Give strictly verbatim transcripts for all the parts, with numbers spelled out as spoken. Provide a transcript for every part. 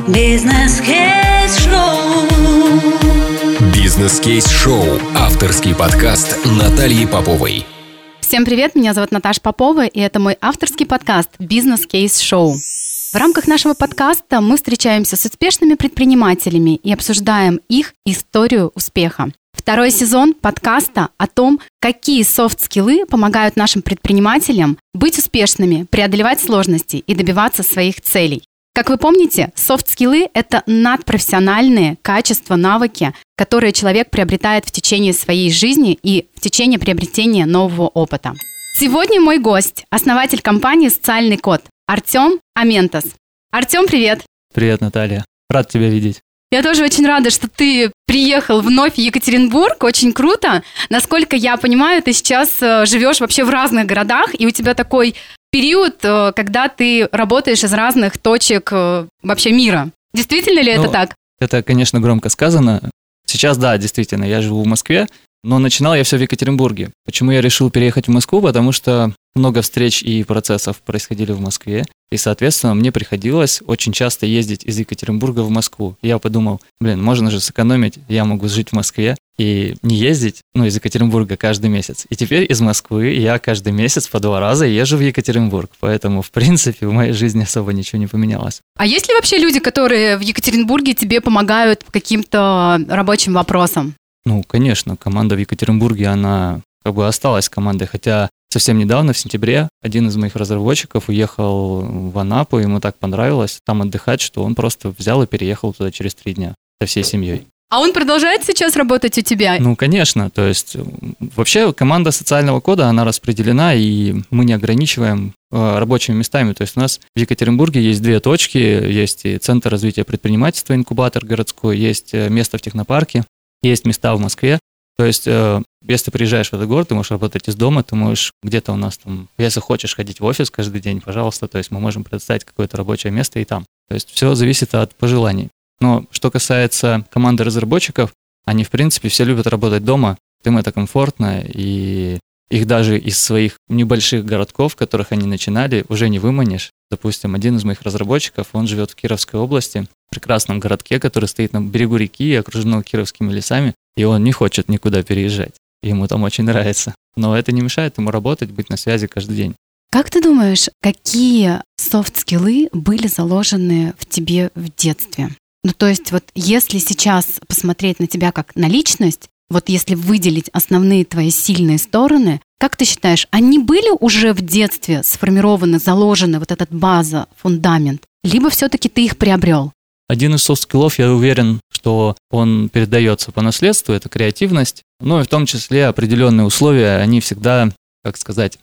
Бизнес-кейс-шоу. Бизнес-кейс-шоу. Авторский подкаст Натальи Поповой. Всем привет, меня зовут Наташа Попова, и это мой авторский подкаст «Бизнес-кейс-шоу». В рамках нашего подкаста мы встречаемся с успешными предпринимателями и обсуждаем их историю успеха. Второй сезон подкаста о том, какие софт-скиллы помогают нашим предпринимателям быть успешными, преодолевать сложности и добиваться своих целей. Как вы помните, софт-скиллы – это надпрофессиональные качества, навыки, которые человек приобретает в течение своей жизни и в течение приобретения нового опыта. Сегодня мой гость – основатель компании «Социальный код» Артем Аментос. Артем, привет! Привет, Наталья. Рад тебя видеть. Я тоже очень рада, что ты приехал вновь в Екатеринбург. Очень круто. Насколько я понимаю, ты сейчас живешь вообще в разных городах, и у тебя такой период, когда ты работаешь из разных точек вообще мира. Действительно ли ну, это так? Это, конечно, громко сказано. Сейчас, да, действительно, я живу в Москве, но начинал я все в Екатеринбурге. Почему я решил переехать в Москву? Потому что много встреч и процессов происходили в Москве, и, соответственно, мне приходилось очень часто ездить из Екатеринбурга в Москву. И я подумал, блин, можно же сэкономить, я могу жить в Москве и не ездить, ну, из Екатеринбурга каждый месяц. И теперь из Москвы я каждый месяц по два раза езжу в Екатеринбург, поэтому, в принципе, в моей жизни особо ничего не поменялось. А есть ли вообще люди, которые в Екатеринбурге тебе помогают по каким-то рабочим вопросам? Ну, конечно, команда в Екатеринбурге, она как бы осталась командой, хотя совсем недавно, в сентябре, один из моих разработчиков уехал в Анапу, ему так понравилось там отдыхать, что он просто взял и переехал туда через три дня со всей семьей. А он продолжает сейчас работать у тебя? Ну, конечно, то есть вообще команда социального кода, она распределена, и мы не ограничиваем э, рабочими местами, то есть у нас в Екатеринбурге есть две точки, есть и Центр развития предпринимательства, инкубатор городской, есть место в технопарке, есть места в Москве. То есть, э, если ты приезжаешь в этот город, ты можешь работать из дома, ты можешь где-то у нас там, если хочешь ходить в офис каждый день, пожалуйста, то есть мы можем предоставить какое-то рабочее место и там. То есть все зависит от пожеланий. Но что касается команды разработчиков, они, в принципе, все любят работать дома, им это комфортно, и их даже из своих небольших городков, в которых они начинали, уже не выманишь. Допустим, один из моих разработчиков, он живет в Кировской области, в прекрасном городке, который стоит на берегу реки, окруженного кировскими лесами, и он не хочет никуда переезжать. Ему там очень нравится. Но это не мешает ему работать, быть на связи каждый день. Как ты думаешь, какие софт-скиллы были заложены в тебе в детстве? Ну, то есть вот если сейчас посмотреть на тебя как на личность, вот если выделить основные твои сильные стороны, как ты считаешь, они были уже в детстве сформированы, заложены, вот этот база, фундамент, либо все-таки ты их приобрел? Один из софт-скиллов, я уверен, что он передается по наследству, это креативность, ну и в том числе определенные условия, они всегда, как сказать,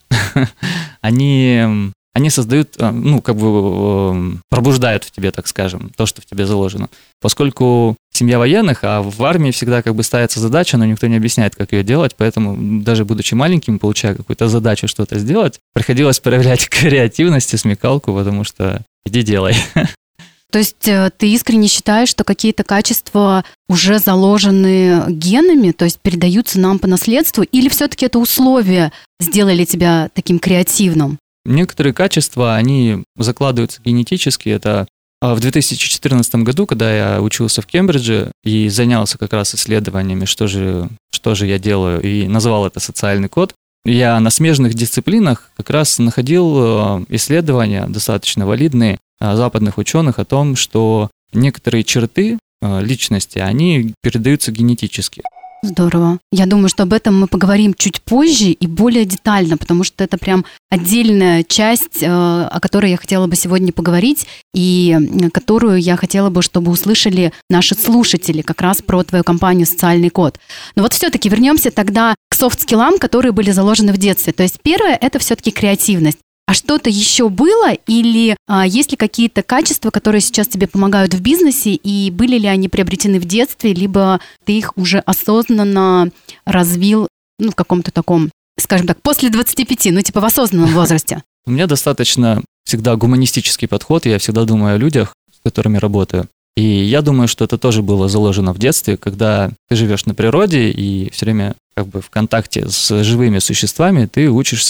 они... Они создают, ну, как бы пробуждают в тебе, так скажем, то, что в тебе заложено. Поскольку семья военных, а в армии всегда как бы ставится задача, но никто не объясняет, как ее делать, поэтому даже будучи маленьким, получая какую-то задачу что-то сделать, приходилось проявлять креативность и смекалку, потому что иди делай. То есть ты искренне считаешь, что какие-то качества уже заложены генами, то есть передаются нам по наследству, или все-таки это условия сделали тебя таким креативным? Некоторые качества, они закладываются генетически. Это в две тысячи четырнадцатом году, когда я учился в Кембридже и занялся как раз исследованиями, что же, что же я делаю, и назвал это социальный код, я на смежных дисциплинах как раз находил исследования достаточно валидные западных ученых о том, что некоторые черты личности, они передаются генетически. Здорово. Я думаю, что об этом мы поговорим чуть позже и более детально, потому что это прям отдельная часть, о которой я хотела бы сегодня поговорить, и которую я хотела бы, чтобы услышали наши слушатели как раз про твою компанию «Социальный код». Но вот все-таки вернемся тогда к софт-скиллам, которые были заложены в детстве. То есть первое – это все-таки креативность. А что-то еще было или а, есть ли какие-то качества, которые сейчас тебе помогают в бизнесе, и были ли они приобретены в детстве, либо ты их уже осознанно развил, ну, в каком-то таком, скажем так, после двадцати пяти, ну, типа в осознанном возрасте? У меня достаточно всегда гуманистический подход, я всегда думаю о людях, с которыми работаю. И я думаю, что это тоже было заложено в детстве, когда ты живешь на природе и все время как бы в контакте с живыми существами, ты учишься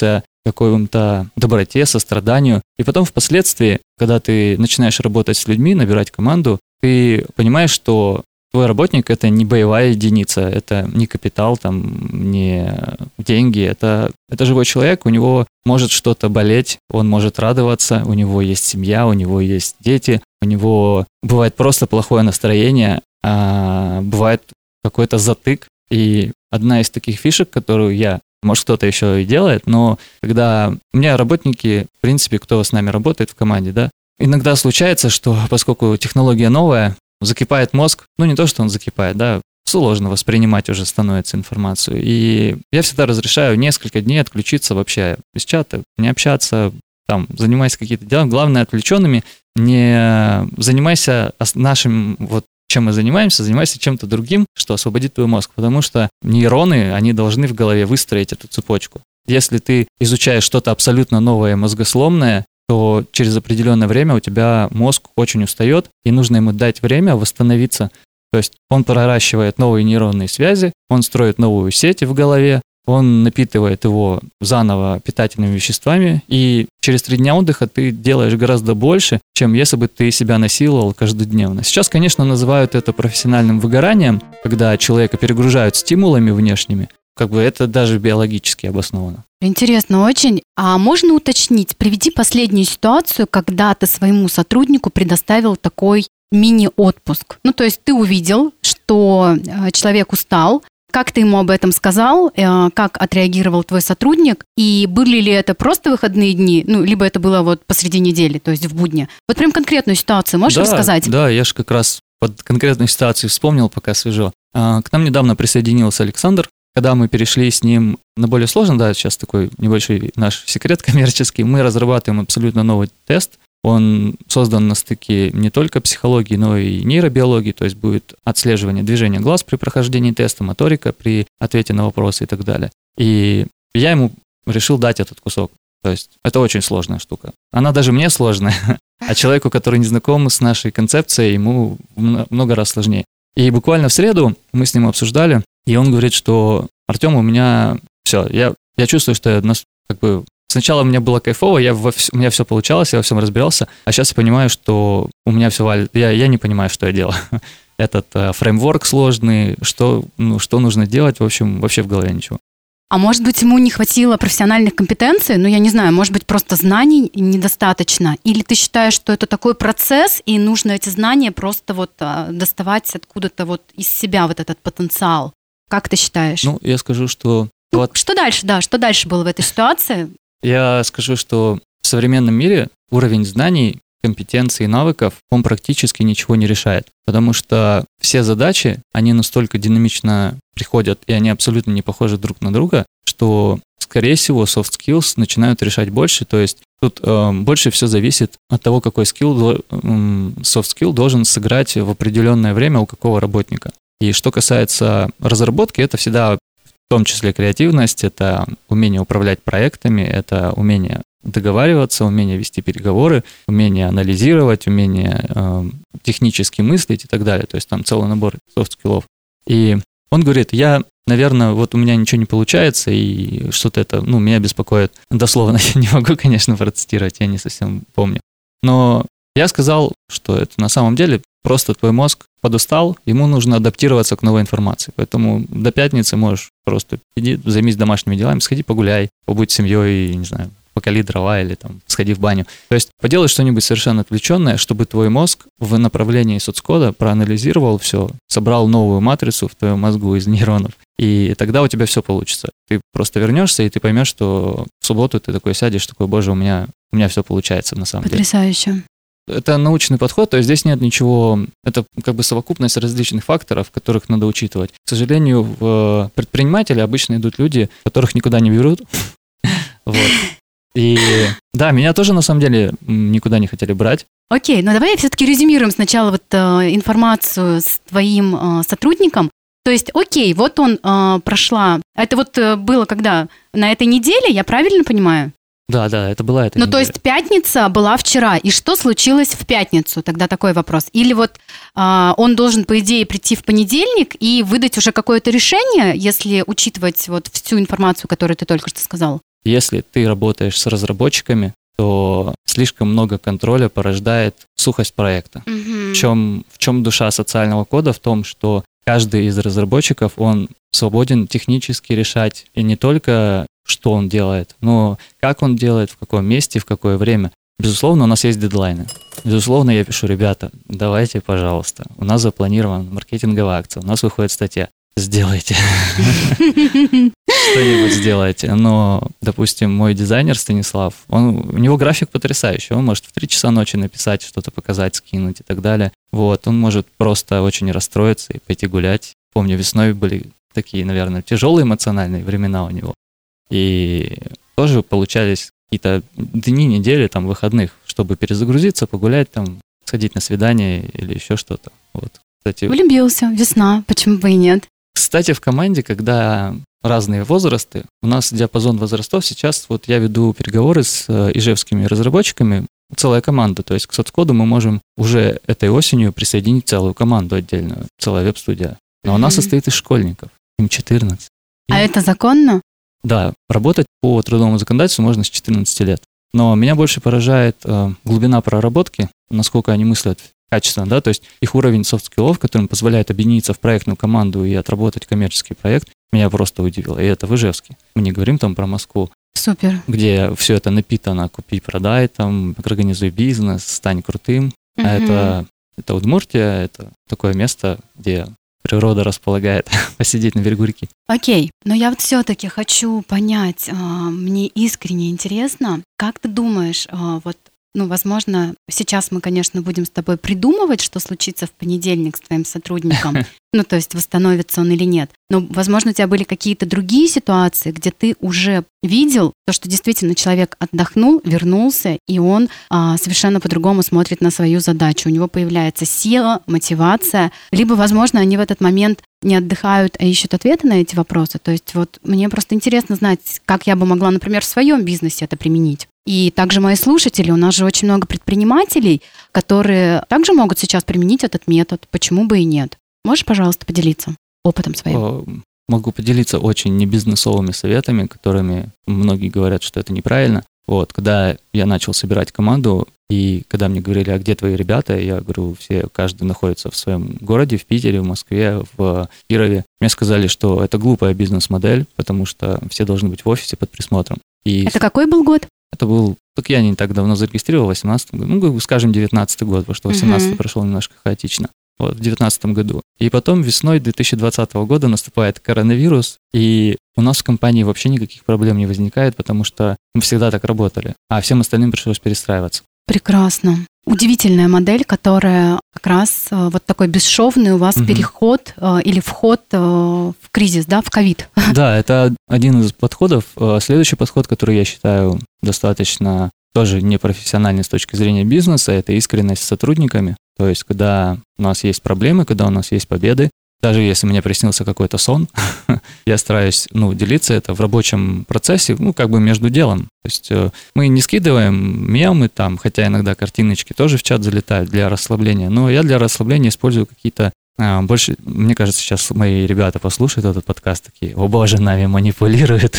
какой-то доброте, состраданию. И потом впоследствии, когда ты начинаешь работать с людьми, набирать команду, ты понимаешь, что твой работник – это не боевая единица, это не капитал, там, не деньги, это, это живой человек, у него может что-то болеть, он может радоваться, у него есть семья, у него есть дети, у него бывает просто плохое настроение, а бывает какой-то затык. И одна из таких фишек, которую я, может, кто-то еще и делает, но когда у меня работники, в принципе, кто с нами работает в команде, да, иногда случается, что поскольку технология новая, закипает мозг, ну не то, что он закипает, да, сложно воспринимать уже становится информацию. И я всегда разрешаю несколько дней отключиться вообще из чата, не общаться, там, занимайся какими-то делами. Главное, отвлеченными, не занимайся нашим, вот чем мы занимаемся, занимайся чем-то другим, что освободит твой мозг, потому что нейроны, они должны в голове выстроить эту цепочку. Если ты изучаешь что-то абсолютно новое, мозгосломное, то через определенное время у тебя мозг очень устает, и нужно ему дать время восстановиться. То есть он проращивает новые нейронные связи, он строит новую сеть в голове, он напитывает его заново питательными веществами, и через три дня отдыха ты делаешь гораздо больше, чем если бы ты себя насиловал каждодневно. Сейчас, конечно, называют это профессиональным выгоранием, когда человека перегружают стимулами внешними, как бы это даже биологически обосновано. Интересно очень. А можно уточнить, приведи последнюю ситуацию, когда ты своему сотруднику предоставил такой мини-отпуск. Ну, то есть ты увидел, что человек устал, как ты ему об этом сказал, как отреагировал твой сотрудник, и были ли это просто выходные дни, ну, либо это было вот посреди недели, то есть в будни. Вот прям конкретную ситуацию можешь да, рассказать? Да, я же как раз под конкретную ситуацию вспомнил, пока свежо. К нам недавно присоединился Александр. Когда мы перешли с ним на более сложный, да, сейчас такой небольшой наш секрет коммерческий, мы разрабатываем абсолютно новый тест. Он создан на стыке не только психологии, но и нейробиологии, то есть будет отслеживание движения глаз при прохождении теста, моторика при ответе на вопросы и так далее. И я ему решил дать этот кусок. То есть это очень сложная штука. Она даже мне сложная, а человеку, который не знаком с нашей концепцией, ему много раз сложнее. И буквально в среду мы с ним обсуждали, и он говорит, что Артем, у меня все, я, я чувствую, что я как бы сначала у меня было кайфово, я во, у меня все получалось, я во всем разбирался, а сейчас я понимаю, что у меня все валит, я, я не понимаю, что я делаю. Этот э, фреймворк сложный, что, ну, что нужно делать, в общем, вообще в голове ничего. А может быть, ему не хватило профессиональных компетенций? Ну, я не знаю, может быть, просто знаний недостаточно? Или ты считаешь, что это такой процесс, и нужно эти знания просто вот доставать откуда-то вот из себя, вот этот потенциал? Как ты считаешь? Ну, я скажу, что... Ну, вот... Что дальше, да, что дальше было в этой ситуации? Я скажу, что в современном мире уровень знаний, компетенций и навыков, он практически ничего не решает. Потому что все задачи, они настолько динамично приходят, и они абсолютно не похожи друг на друга, что, скорее всего, soft skills начинают решать больше. То есть тут э, больше все зависит от того, какой скилл, э, soft skill должен сыграть в определенное время у какого работника. И что касается разработки, это всегда в том числе креативность, это умение управлять проектами, это умение договариваться, умение вести переговоры, умение анализировать, умение э, технически мыслить и так далее. То есть там целый набор софт-скиллов. И он говорит, я, наверное, вот у меня ничего не получается, и что-то это, ну, меня беспокоит. Дословно я не могу, конечно, процитировать, я не совсем помню. Но я сказал, что это на самом деле просто твой мозг подустал, ему нужно адаптироваться к новой информации. Поэтому до пятницы можешь просто иди, займись домашними делами, сходи погуляй, побудь с семьей, не знаю, поколи дрова или там сходи в баню. То есть поделай что-нибудь совершенно отвлеченное, чтобы твой мозг в направлении соцкода проанализировал все, собрал новую матрицу в твоем мозгу из нейронов, и тогда у тебя все получится. Ты просто вернешься, и ты поймешь, что в субботу ты такой сядешь, такой, боже, у меня, у меня все получается на самом Потрясающе. деле. Это научный подход, то есть здесь нет ничего, это как бы совокупность различных факторов, которых надо учитывать. К сожалению, в предприниматели обычно идут люди, которых никуда не берут. Вот. И да, меня тоже на самом деле никуда не хотели брать. Окей, но давай все-таки резюмируем сначала вот э, информацию с твоим э, сотрудником. То есть, окей, вот он э, прошла. Это вот э, было когда? На этой неделе, я правильно понимаю? Да, да, это была эта Ну, неделя. то есть пятница была вчера. И что случилось в пятницу? Тогда такой вопрос. Или вот э, он должен, по идее, прийти в понедельник и выдать уже какое-то решение, если учитывать вот всю информацию, которую ты только что сказал? если ты работаешь с разработчиками, то слишком много контроля порождает сухость проекта. Мгм. В чем, в чем душа социального кода? В том, что каждый из разработчиков, он свободен технически решать и не только, что он делает, но как он делает, в каком месте, в какое время. Безусловно, у нас есть дедлайны. Безусловно, я пишу: ребята, давайте, пожалуйста, у нас запланирована маркетинговая акция, у нас выходит статья. Сделайте. Что-нибудь сделайте. Но, допустим, мой дизайнер Станислав, он, у него график потрясающий. Он может в три часа ночи написать, что-то показать, скинуть и так далее. Вот, он может просто очень расстроиться и пойти гулять. Помню, весной были такие, наверное, тяжелые эмоциональные времена у него. И тоже получались какие-то дни, недели, там, выходных, чтобы перезагрузиться, погулять, там, сходить на свидание или еще что-то. Вот. Кстати, Влюбился, весна, почему бы и нет? Кстати, в команде, когда разные возрасты, у нас диапазон возрастов, сейчас вот я веду переговоры с ижевскими разработчиками, целая команда, то есть к соцкоду мы можем уже этой осенью присоединить целую команду отдельную, целая веб-студия. Но она Мгм. состоит из школьников, им четырнадцать. А И- это законно? Да, работать по трудовому законодательству можно с четырнадцати лет. Но меня больше поражает э, глубина проработки, насколько они мыслят качественно, да, то есть их уровень софт-скиллов, которым позволяет объединиться в проектную команду и отработать коммерческий проект, меня просто удивило. И это в Ижевске. Мы не говорим там про Москву, Супер. где все это напитано: купи, продай, там, организуй бизнес, стань крутым. А Мгм. это, это Удмуртия, это такое место, где природа располагает посидеть на берегу реки. Окей, но я вот все-таки хочу понять, а, мне искренне интересно, как ты думаешь, а, вот, ну, возможно, сейчас мы, конечно, будем с тобой придумывать, что случится в понедельник с твоим сотрудником, ну, то есть восстановится он или нет. Но, возможно, у тебя были какие-то другие ситуации, где ты уже видел то, что действительно человек отдохнул, вернулся, и он а, совершенно по-другому смотрит на свою задачу. У него появляется сила, мотивация, либо, возможно, они в этот момент не отдыхают, а ищут ответы на эти вопросы. То есть вот мне просто интересно знать, как я бы могла, например, в своем бизнесе это применить. И также мои слушатели, у нас же очень много предпринимателей, которые также могут сейчас применить этот метод, почему бы и нет. Можешь, пожалуйста, поделиться опытом своим? О, Могу поделиться очень небизнесовыми советами, которыми многие говорят, что это неправильно. Вот, когда я начал собирать команду, и когда мне говорили: а где твои ребята, я говорю: все, каждый находится в своем городе, в Питере, в Москве, в Кирове. Мне сказали, что это глупая бизнес-модель, потому что все должны быть в офисе под присмотром. И Это какой был год? это был, так я не так давно зарегистрировал, в восемнадцатом году, ну, скажем, девятнадцатый год, потому что восемнадцатый Мгм. прошел немножко хаотично. Вот, в девятнадцатом году. И потом весной две тысячи двадцатого года наступает коронавирус, и у нас в компании вообще никаких проблем не возникает, потому что мы всегда так работали, а всем остальным пришлось перестраиваться. Прекрасно. Удивительная модель, которая как раз э, вот такой бесшовный у вас Мгм. переход э, или вход э, в кризис, да, в ковид. Да, это один из подходов. Э, Следующий подход, который я считаю достаточно тоже непрофессиональный с точки зрения бизнеса, это искренность с сотрудниками. То есть, когда у нас есть проблемы, когда у нас есть победы, даже если мне приснился какой-то сон, я стараюсь, ну, делиться это в рабочем процессе, ну, как бы между делом. То есть э, мы не скидываем мемы там, хотя иногда картиночки тоже в чат залетают для расслабления, но я для расслабления использую какие-то а, больше, мне кажется, сейчас мои ребята послушают этот подкаст, такие: о боже, нами манипулируют.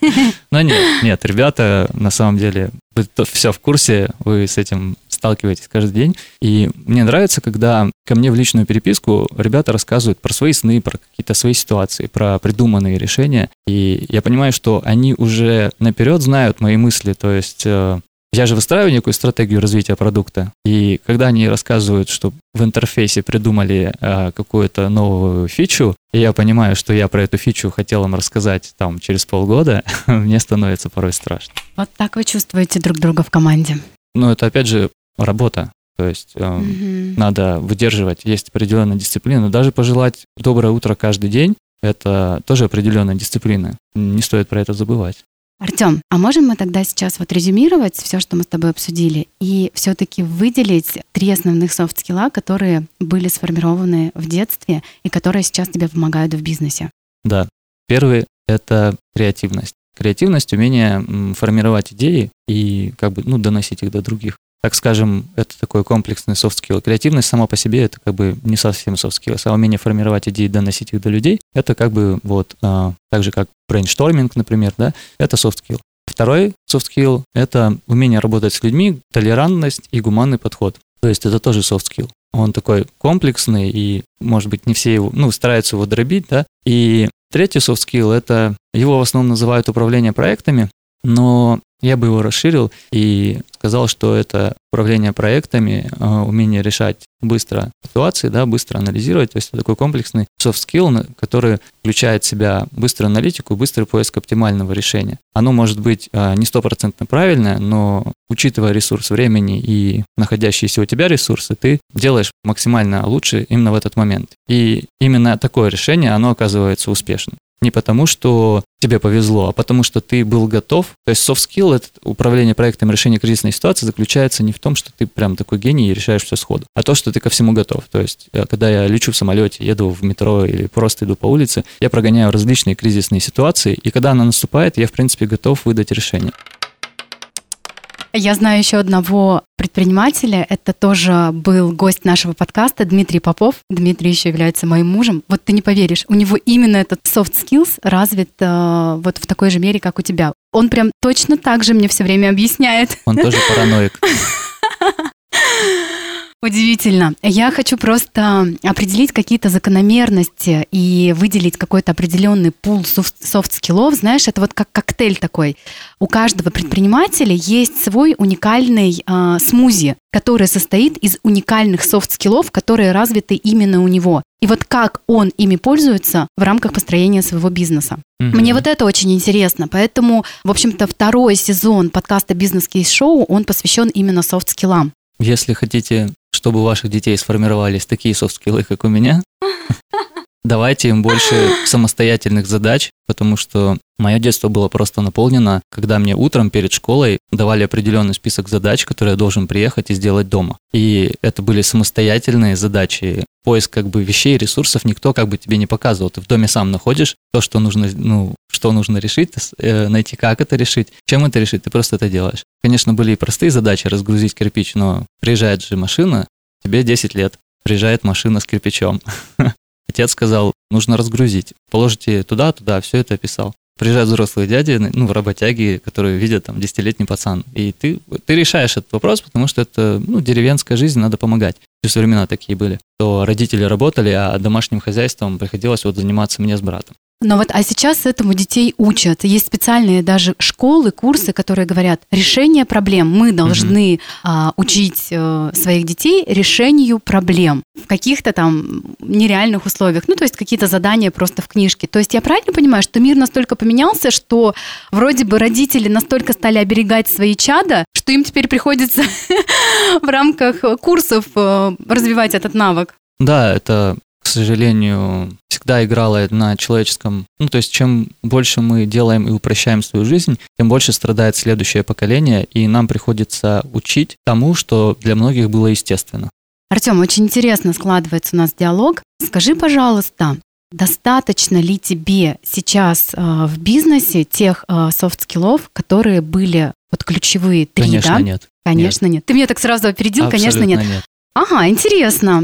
Но нет, нет, ребята, на самом деле, вы все в курсе, вы с этим сталкиваетесь каждый день. И мне нравится, когда ко мне в личную переписку ребята рассказывают про свои сны, про какие-то свои ситуации, про придуманные решения. И я понимаю, что они уже наперед знают мои мысли, то есть э, я же выстраиваю некую стратегию развития продукта. И когда они рассказывают, что в интерфейсе придумали э, какую-то новую фичу, и я понимаю, что я про эту фичу хотел им рассказать там через полгода, мне становится порой страшно. Вот так вы чувствуете друг друга в команде. Но это, опять же, работа. То есть э, Мгм. надо выдерживать, есть определенная дисциплина. Даже пожелать доброе утро каждый день – это тоже определенная дисциплина. Не стоит про это забывать. Артем, а можем мы тогда сейчас вот резюмировать все, что мы с тобой обсудили, и все-таки выделить три основных софт-скилла, которые были сформированы в детстве и которые сейчас тебе помогают в бизнесе? Да. Первый – это креативность. Креативность, умение м, формировать идеи и как бы, ну, доносить их до других. Так скажем, это такой комплексный софт-скилл. Креативность сама по себе – это как бы не совсем софт-скилл, а умение формировать идеи и доносить их до людей – это как бы вот а, так же, как брейншторминг, например, да, это софт-скилл. Второй soft skill – это умение работать с людьми, толерантность и гуманный подход. То есть это тоже soft skill. Он такой комплексный, и, может быть, не все его, ну, стараются его дробить, да. И третий soft skill – это, его в основном называют управление проектами, но я бы его расширил и сказал, что это управление проектами, умение решать быстро ситуации, да, быстро анализировать. То есть это такой комплексный soft skill, который включает в себя быструю аналитику, быстрый поиск оптимального решения. Оно может быть не стопроцентно правильное, но учитывая ресурс времени и находящиеся у тебя ресурсы, ты делаешь максимально лучше именно в этот момент. И именно такое решение, оно оказывается успешным. Не потому, что тебе повезло, а потому, что ты был готов. То есть soft skill, это управление проектом решения кризисной ситуации, заключается не в том, что ты прям такой гений и решаешь все сходу, а то, что ты ко всему готов. То есть, когда я лечу в самолете, еду в метро или просто иду по улице, я прогоняю различные кризисные ситуации, и когда она наступает, я, в принципе, готов выдать решение. Я знаю еще одного предпринимателя, это тоже был гость нашего подкаста, Дмитрий Попов. Дмитрий еще является моим мужем. Вот ты не поверишь, у него именно этот soft skills развит э, вот в такой же мере, как у тебя. Он прям точно так же мне все время объясняет. Он тоже параноик. Удивительно. Я хочу просто определить какие-то закономерности и выделить какой-то определенный пул софт-скиллов. Знаешь, это вот как коктейль такой. У каждого предпринимателя есть свой уникальный э, смузи, который состоит из уникальных софт-скиллов, которые развиты именно у него. И вот как он ими пользуется в рамках построения своего бизнеса. Mm-hmm. Мне вот это очень интересно. Поэтому, в общем-то, второй сезон подкаста «Бизнес-кейс-шоу», он посвящен именно софт-скиллам. Если хотите, чтобы у ваших детей сформировались такие софт-скиллы, как у меня, давайте им больше самостоятельных задач, потому что мое детство было просто наполнено, когда мне утром перед школой давали определенный список задач, которые я должен приехать и сделать дома. И это были самостоятельные задачи. Поиск как бы вещей, ресурсов никто как бы тебе не показывал. Ты в доме сам находишь то, что нужно, ну, что нужно решить, найти, как это решить, чем это решить, ты просто это делаешь. Конечно, были и простые задачи, разгрузить кирпич, но приезжает же машина, тебе десять лет, приезжает машина с кирпичом. Отец сказал, нужно разгрузить, положите туда, туда, все это описал. Приезжают взрослые дяди, ну, работяги, которые видят там десятилетний пацан, и ты, ты решаешь этот вопрос, потому что это, ну, деревенская жизнь, надо помогать. Все времена такие были. То родители работали, а домашним хозяйством приходилось вот заниматься мне с братом. Но вот, а сейчас этому детей учат. Есть специальные даже школы, курсы, которые говорят, решение проблем. Мы должны mm-hmm. а, учить а, своих детей решению проблем в каких-то там нереальных условиях. Ну, то есть какие-то задания просто в книжке. То есть я правильно понимаю, что мир настолько поменялся, что вроде бы родители настолько стали оберегать свои чада, что им теперь приходится в рамках курсов развивать этот навык? Да, это, к сожалению, всегда играла на человеческом... Ну, то есть, чем больше мы делаем и упрощаем свою жизнь, тем больше страдает следующее поколение, и нам приходится учить тому, что для многих было естественно. Артем, очень интересно складывается у нас диалог. Скажи, пожалуйста, достаточно ли тебе сейчас э, в бизнесе тех э, софт-скиллов, которые были вот ключевые три, Конечно, да? нет. Конечно, нет. нет. Ты меня так сразу опередил, Абсолютно конечно, нет. нет. Ага, интересно.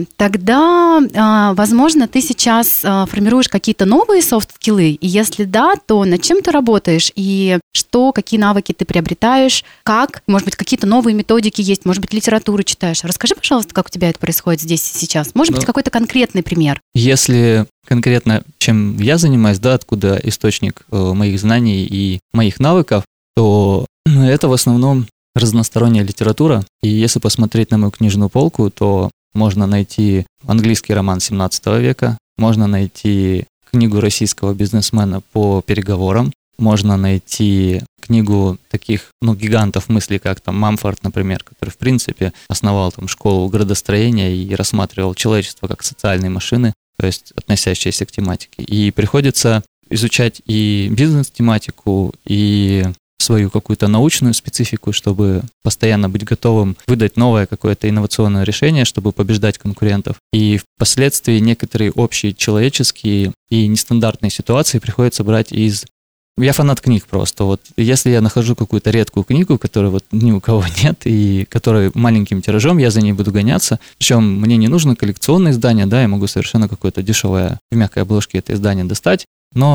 Тогда, возможно, ты сейчас формируешь какие-то новые софт-скиллы, и если да, то над чем ты работаешь, и что, какие навыки ты приобретаешь, как, может быть, какие-то новые методики есть, может быть, литературу читаешь. Расскажи, пожалуйста, как у тебя это происходит здесь и сейчас. Может быть, ну, какой-то конкретный пример. Если конкретно, чем я занимаюсь, да, откуда источник моих знаний и моих навыков, то это в основном разносторонняя литература, и если посмотреть на мою книжную полку, то можно найти английский роман семнадцатого века, можно найти книгу российского бизнесмена по переговорам, можно найти книгу таких, ну, гигантов мысли, как там Мамфорд, например, который, в принципе, основал там школу градостроения и рассматривал человечество как социальные машины, то есть относящиеся к тематике. И приходится изучать и бизнес-тематику, и свою какую-то научную специфику, чтобы постоянно быть готовым выдать новое какое-то инновационное решение, чтобы побеждать конкурентов. И впоследствии некоторые общие человеческие и нестандартные ситуации приходится брать из... Я фанат книг просто. Вот если я нахожу какую-то редкую книгу, которой вот ни у кого нет, и которой маленьким тиражом, я за ней буду гоняться. Причем мне не нужно коллекционное издание, да, я могу совершенно какое-то дешевое в мягкой обложке это издание достать, но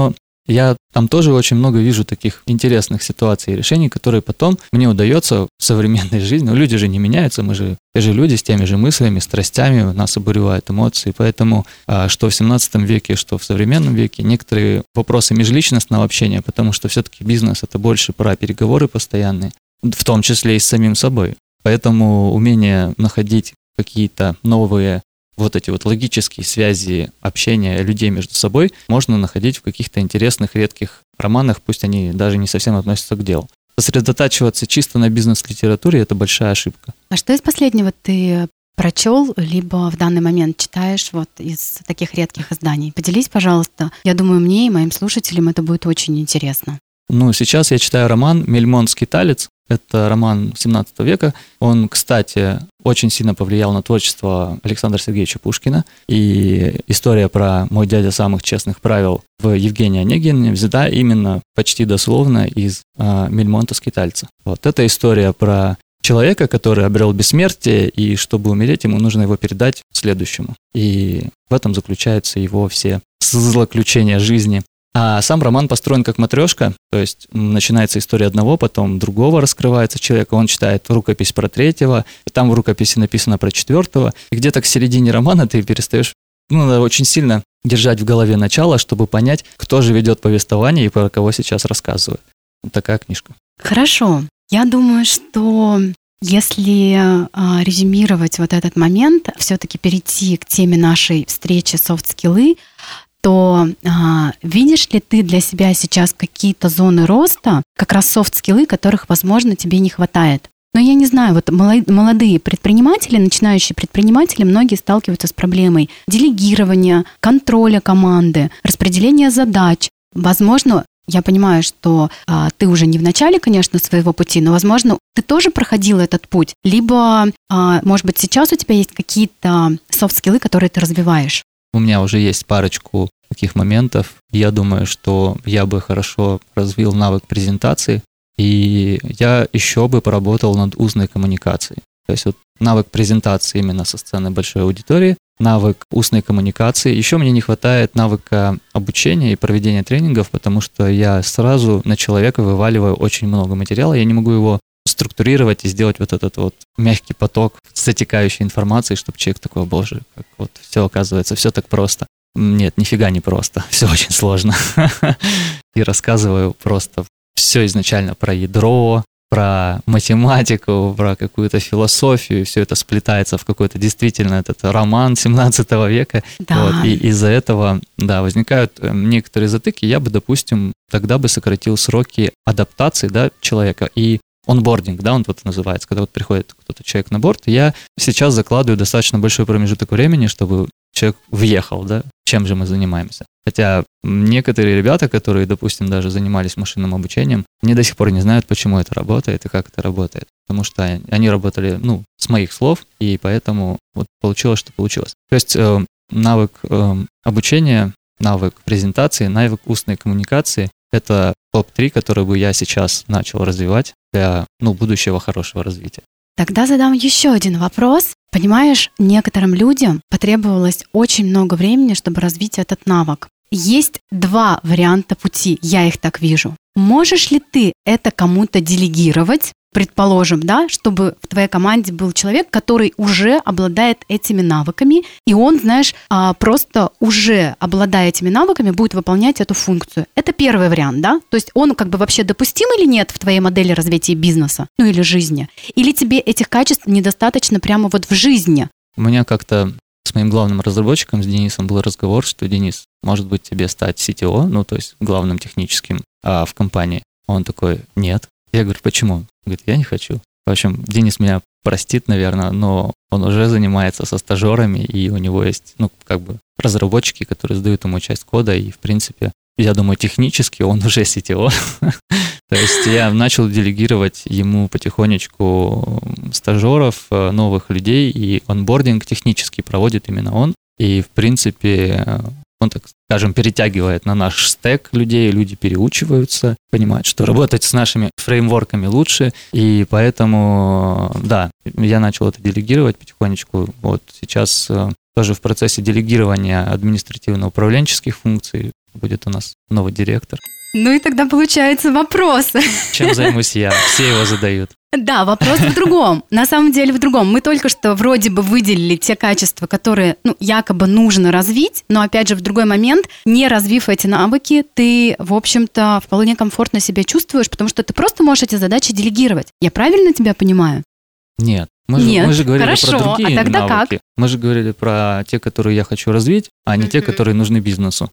Я там тоже очень много вижу таких интересных ситуаций и решений, которые потом мне удается в современной жизни. Ну, люди же не меняются, мы же те же люди с теми же мыслями, страстями, нас обуревают эмоции. Поэтому что в семнадцатом веке, что в современном веке, некоторые вопросы межличностного общения, потому что все-таки бизнес – это больше про переговоры постоянные, в том числе и с самим собой. Поэтому умение находить какие-то новые вот эти вот логические связи общения людей между собой можно находить в каких-то интересных, редких романах, пусть они даже не совсем относятся к делу. Сосредотачиваться чисто на бизнес-литературе – это большая ошибка. А что из последнего ты прочел, либо в данный момент читаешь вот из таких редких изданий? Поделись, пожалуйста. Я думаю, мне и моим слушателям это будет очень интересно. Ну, сейчас я читаю роман «Мельмонт Скиталец». Это роман семнадцатого века. Он, кстати, очень сильно повлиял на творчество Александра Сергеевича Пушкина. И история про «Мой дядя самых честных правил» в Евгении Онегине взята именно почти дословно из э, «Мельмонта Скитальца». Вот эта история про человека, который обрел бессмертие, и чтобы умереть, ему нужно его передать следующему. И в этом заключаются его все злоключения жизни. А сам роман построен как матрешка, то есть начинается история одного, потом другого раскрывается человека, он читает рукопись про третьего, и там в рукописи написано про четвертого, и где-то к середине романа ты перестаешь, ну, надо очень сильно держать в голове начало, чтобы понять, кто же ведет повествование и про кого сейчас рассказывает. Вот такая книжка. Хорошо. Я думаю, что если а, резюмировать вот этот момент, все-таки перейти к теме нашей встречи софт-скиллы, то а, видишь ли ты для себя сейчас какие-то зоны роста, как раз софт-скиллы, которых, возможно, тебе не хватает? Но я не знаю, вот молодые предприниматели, начинающие предприниматели, многие сталкиваются с проблемой делегирования, контроля команды, распределения задач. Возможно, я понимаю, что а, ты уже не в начале, конечно, своего пути, но, возможно, ты тоже проходила этот путь, либо, а, может быть, сейчас у тебя есть какие-то софт-скиллы, которые ты развиваешь. У меня уже есть парочку таких моментов. Я думаю, что я бы хорошо развил навык презентации, и я еще бы поработал над устной коммуникацией. То есть вот навык презентации именно со сцены большой аудитории, навык устной коммуникации. Еще мне не хватает навыка обучения и проведения тренингов, потому что я сразу на человека вываливаю очень много материала, я не могу его структурировать и сделать вот этот вот мягкий поток затекающей информации, чтобы человек такой: боже, как вот все оказывается, все так просто. Нет, нифига не просто, все очень сложно. И рассказываю просто все изначально про ядро, про математику, про какую-то философию, и все это сплетается в какой-то действительно этот роман семнадцатого века. Да. Вот, и из-за этого, да, возникают некоторые затыки. Я бы, допустим, тогда бы сократил сроки адаптации, да, человека и онбординг, да, он вот называется, когда вот приходит кто-то человек на борт, я сейчас закладываю достаточно большой промежуток времени, чтобы человек въехал, да, чем же мы занимаемся. Хотя некоторые ребята, которые, допустим, даже занимались машинным обучением, они до сих пор не знают, почему это работает и как это работает. Потому что они работали, ну, с моих слов, и поэтому вот получилось, что получилось. То есть э, навык э, обучения, навык презентации, навык устной коммуникации — это топ три, которые бы я сейчас начал развивать для, ну, будущего хорошего развития. Тогда задам еще один вопрос. Понимаешь, некоторым людям потребовалось очень много времени, чтобы развить этот навык. Есть два варианта пути, я их так вижу. Можешь ли ты это кому-то делегировать, предположим, да, чтобы в твоей команде был человек, который уже обладает этими навыками, и он, знаешь, просто уже обладая этими навыками, будет выполнять эту функцию. Это первый вариант, да? То есть он как бы вообще допустим или нет в твоей модели развития бизнеса, ну или жизни? Или тебе этих качеств недостаточно прямо вот в жизни? У меня как-то с моим главным разработчиком, с Денисом, был разговор, что: Денис, может быть, тебе стать си ти о, ну то есть главным техническим а, в компании? Он такой: нет. Я говорю: почему? Он говорит: я не хочу. В общем, Денис меня простит, наверное, но он уже занимается со стажерами, и у него есть, ну, как бы разработчики, которые сдают ему часть кода, и, в принципе, я думаю, технически он уже си ти о. То есть я начал делегировать ему потихонечку стажеров, новых людей, и онбординг технически проводит именно он. И, в принципе, он, так скажем, перетягивает на наш стек людей, люди переучиваются, понимают, что работать с нашими фреймворками лучше, и поэтому, да, я начал это делегировать потихонечку. Вот сейчас тоже в процессе делегирования административно-управленческих функций, будет у нас новый директор. Ну и тогда получается вопрос. Чем займусь я? Все его задают. Да, вопрос в другом. На самом деле в другом. Мы только что вроде бы выделили те качества, которые, ну, якобы нужно развить, но, опять же, в другой момент, не развив эти навыки, ты, в общем-то, вполне комфортно себя чувствуешь, потому что ты просто можешь эти задачи делегировать. Я правильно тебя понимаю? Нет. Мы же, Нет, мы же говорили хорошо. про другие А тогда навыки. как? Мы же говорили про те, которые я хочу развить, а не те, которые нужны бизнесу.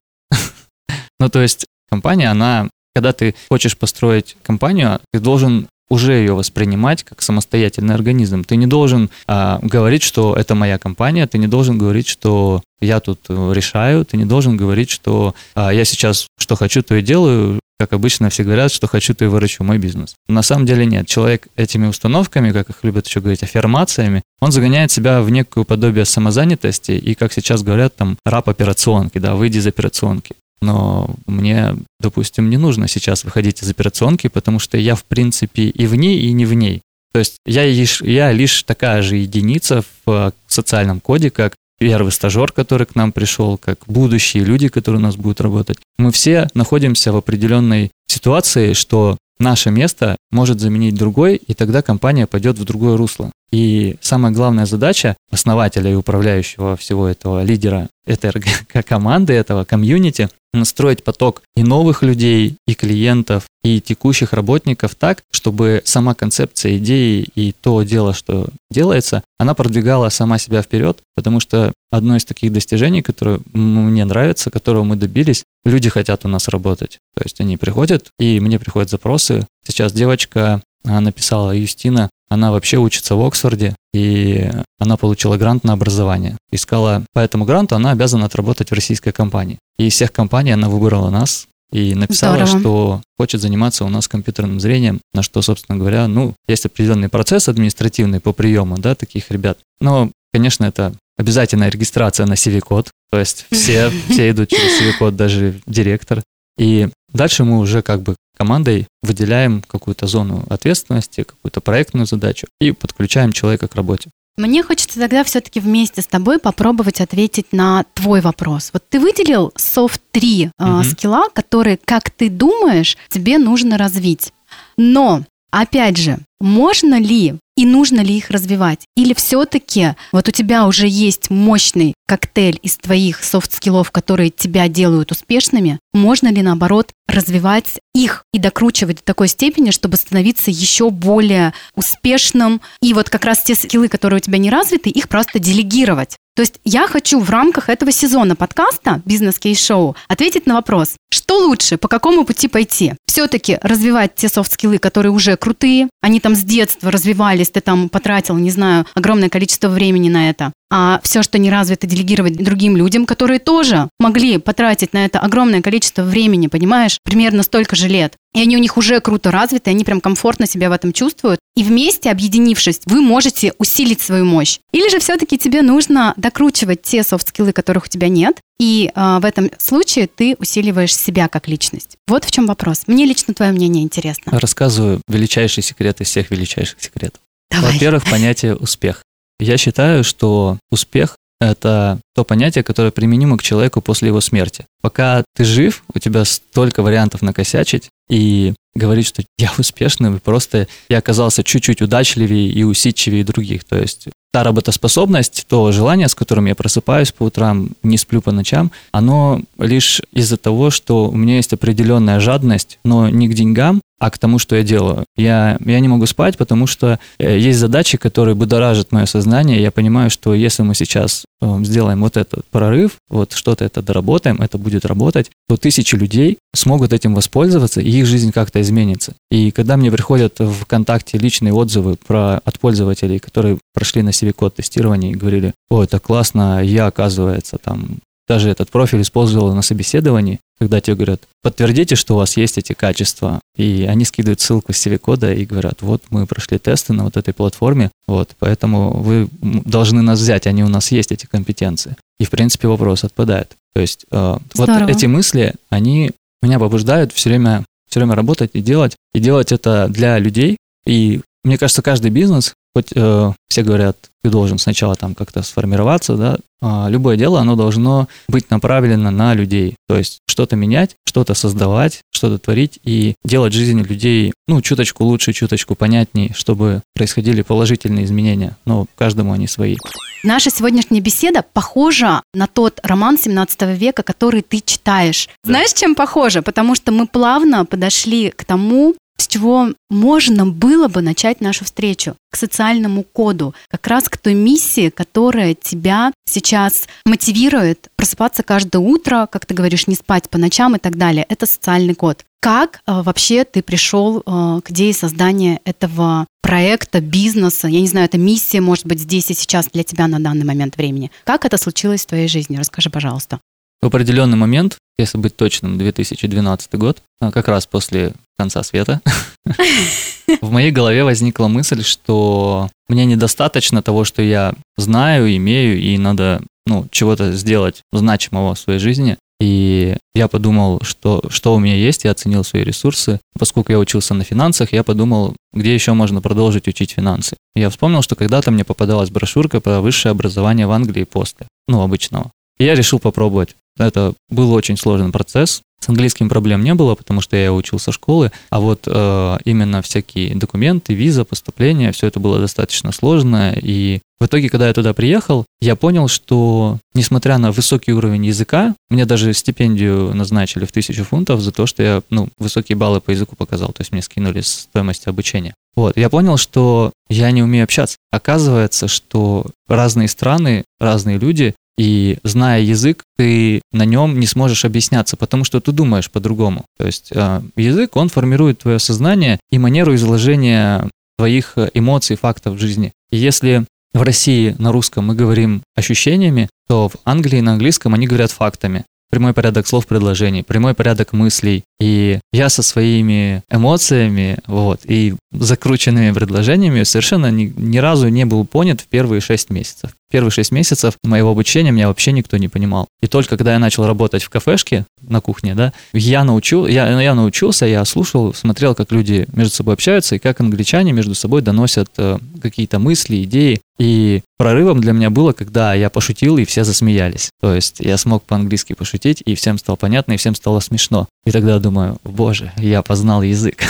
Ну, то есть компания, она, когда ты хочешь построить компанию, ты должен уже ее воспринимать как самостоятельный организм. Ты не должен а, говорить, что это моя компания, ты не должен говорить, что я тут решаю, ты не должен говорить, что а, я сейчас что хочу, то и делаю. Как обычно все говорят, что хочу, то и выращу мой бизнес. На самом деле нет. Человек этими установками, как их любят еще говорить, аффирмациями, он загоняет себя в некое подобие самозанятости и, как сейчас говорят, там, раб операционки, да, выйди из операционки. Но мне, допустим, не нужно сейчас выходить из операционки, потому что я, в принципе, и в ней, и не в ней. То есть я лишь, я лишь такая же единица в социальном коде, как первый стажер, который к нам пришел, как будущие люди, которые у нас будут работать. Мы все находимся в определенной ситуации, что наше место может заменить другой, и тогда компания пойдет в другое русло. И самая главная задача основателя и управляющего всего этого лидера, этой команды, этого комьюнити, настроить поток и новых людей, и клиентов, и текущих работников так, чтобы сама концепция идеи и то дело, что делается, она продвигала сама себя вперед, потому что одно из таких достижений, которое мне нравится, которого мы добились, люди хотят у нас работать. То есть они приходят, и мне приходят запросы. Сейчас девочка написала, Юстина, она вообще учится в Оксфорде, и она получила грант на образование. Искала по этому гранту, она обязана отработать в российской компании. И из всех компаний она выбрала нас и написала, Здорово. Что хочет заниматься у нас компьютерным зрением, на что, собственно говоря, ну, есть определенный процесс административный по приему, да, таких ребят. Но, конечно, это обязательная регистрация на си ви-код, то есть все, все идут через си ви-код, даже директор. И дальше мы уже как бы командой выделяем какую-то зону ответственности, какую-то проектную задачу и подключаем человека к работе. Мне хочется тогда все-таки вместе с тобой попробовать ответить на твой вопрос. Вот ты выделил софт три uh-huh. скилла, которые, как ты думаешь, тебе нужно развить. Но, опять же, можно ли и нужно ли их развивать? Или все-таки вот у тебя уже есть мощный коктейль из твоих софт-скиллов, которые тебя делают успешными, можно ли, наоборот, развивать их и докручивать до такой степени, чтобы становиться еще более успешным, и вот как раз те скиллы, которые у тебя не развиты, их просто делегировать? То есть я хочу в рамках этого сезона подкаста «Бизнес-кейс-шоу» ответить на вопрос, что лучше, по какому пути пойти? Все-таки развивать те софт-скиллы, которые уже крутые, они там с детства развивались, ты там потратил, не знаю, огромное количество времени на это, а все, что не развито, делегировать другим людям, которые тоже могли потратить на это огромное количество времени, понимаешь, примерно столько же лет. И они у них уже круто развиты, они прям комфортно себя в этом чувствуют. И вместе, объединившись, вы можете усилить свою мощь. Или же все-таки тебе нужно докручивать те софт-скиллы, которых у тебя нет, и э, в этом случае ты усиливаешь себя как личность. Вот в чем вопрос. Мне лично твое мнение интересно. Рассказываю величайший секрет из всех величайших секретов. Давай. Во-первых, понятие «успех». Я считаю, что успех – это то понятие, которое применимо к человеку после его смерти. Пока ты жив, у тебя столько вариантов накосячить и говорить, что я успешный, просто я оказался чуть-чуть удачливее и усидчивее других. То есть та работоспособность, то желание, с которым я просыпаюсь по утрам, не сплю по ночам, оно лишь из-за того, что у меня есть определенная жадность, но не к деньгам, а к тому, что я делаю. Я, я не могу спать, потому что есть задачи, которые будоражат мое сознание. Я понимаю, что если мы сейчас сделаем вот этот прорыв, вот что-то это доработаем, это будет работать, то тысячи людей смогут этим воспользоваться, и их жизнь как-то изменится. И когда мне приходят в ВКонтакте личные отзывы про, от пользователей, которые прошли на си ви-код тестирование и говорили, о, это классно, я, оказывается, там, даже этот профиль использовал на собеседовании, когда тебе говорят, подтвердите, что у вас есть эти качества, и они скидывают ссылку с си ви-кода и говорят, вот мы прошли тесты на вот этой платформе, вот, поэтому вы должны нас взять, они у нас есть, эти компетенции. И, в принципе, вопрос отпадает. То есть э, вот эти мысли, они меня побуждают все время, все время работать и делать, и делать это для людей. И мне кажется, каждый бизнес, хоть э, все говорят, ты должен сначала там как-то сформироваться, да, а любое дело, оно должно быть направлено на людей, то есть что-то менять, что-то создавать, что-то творить и делать жизнь людей, ну, чуточку лучше, чуточку понятнее, чтобы происходили положительные изменения, но каждому они свои. Наша сегодняшняя беседа похожа на тот роман семнадцатого века, который ты читаешь. Да. Знаешь, чем похожа? Потому что мы плавно подошли к тому, с чего можно было бы начать нашу встречу, к социальному коду, как раз к той миссии, которая тебя сейчас мотивирует просыпаться каждое утро, как ты говоришь, не спать по ночам и так далее. Это социальный код. Как э, вообще ты пришел э, к идее создания этого проекта, бизнеса? Я не знаю, это миссия, может быть, здесь и сейчас для тебя на данный момент времени. Как это случилось в твоей жизни? Расскажи, пожалуйста. В определенный момент, если быть точным, две тысячи двенадцатый год, как раз после конца света, в моей голове возникла мысль, что мне недостаточно того, что я знаю, имею, и надо, ну, чего-то сделать значимого в своей жизни. И я подумал, что, что у меня есть, я оценил свои ресурсы. Поскольку я учился на финансах, я подумал, где еще можно продолжить учить финансы. И я вспомнил, что когда-то мне попадалась брошюрка про высшее образование в Англии после, ну, обычного. И я решил попробовать. Это был очень сложный процесс. С английским проблем не было, потому что я учился в школе, а вот э, именно всякие документы, виза, поступление, все это было достаточно сложно. И в итоге, когда я туда приехал, я понял, что, несмотря на высокий уровень языка, мне даже стипендию назначили в тысячу фунтов за то, что я, ну, высокие баллы по языку показал, то есть мне скинули стоимость обучения. Вот, я понял, что я не умею общаться. Оказывается, что разные страны, разные люди, и зная язык, ты на нем не сможешь объясняться, потому что ты думаешь по-другому. То есть э, язык, он формирует твое сознание и манеру изложения твоих эмоций, фактов в жизни. И если в России на русском мы говорим ощущениями, то в Англии на английском они говорят фактами. Прямой порядок слов, предложений, прямой порядок мыслей. И я со своими эмоциями, вот, и закрученными предложениями совершенно ни, ни разу не был понят в первые шесть месяцев. Первые шесть месяцев моего обучения меня вообще никто не понимал. И только когда я начал работать в кафешке на кухне, да, я, научил, я, я научился, я слушал, смотрел, как люди между собой общаются и как англичане между собой доносят э, какие-то мысли, идеи. И прорывом для меня было, когда я пошутил, и все засмеялись. То есть я смог по-английски пошутить, и всем стало понятно, и всем стало смешно. И тогда я думаю, боже, я познал язык.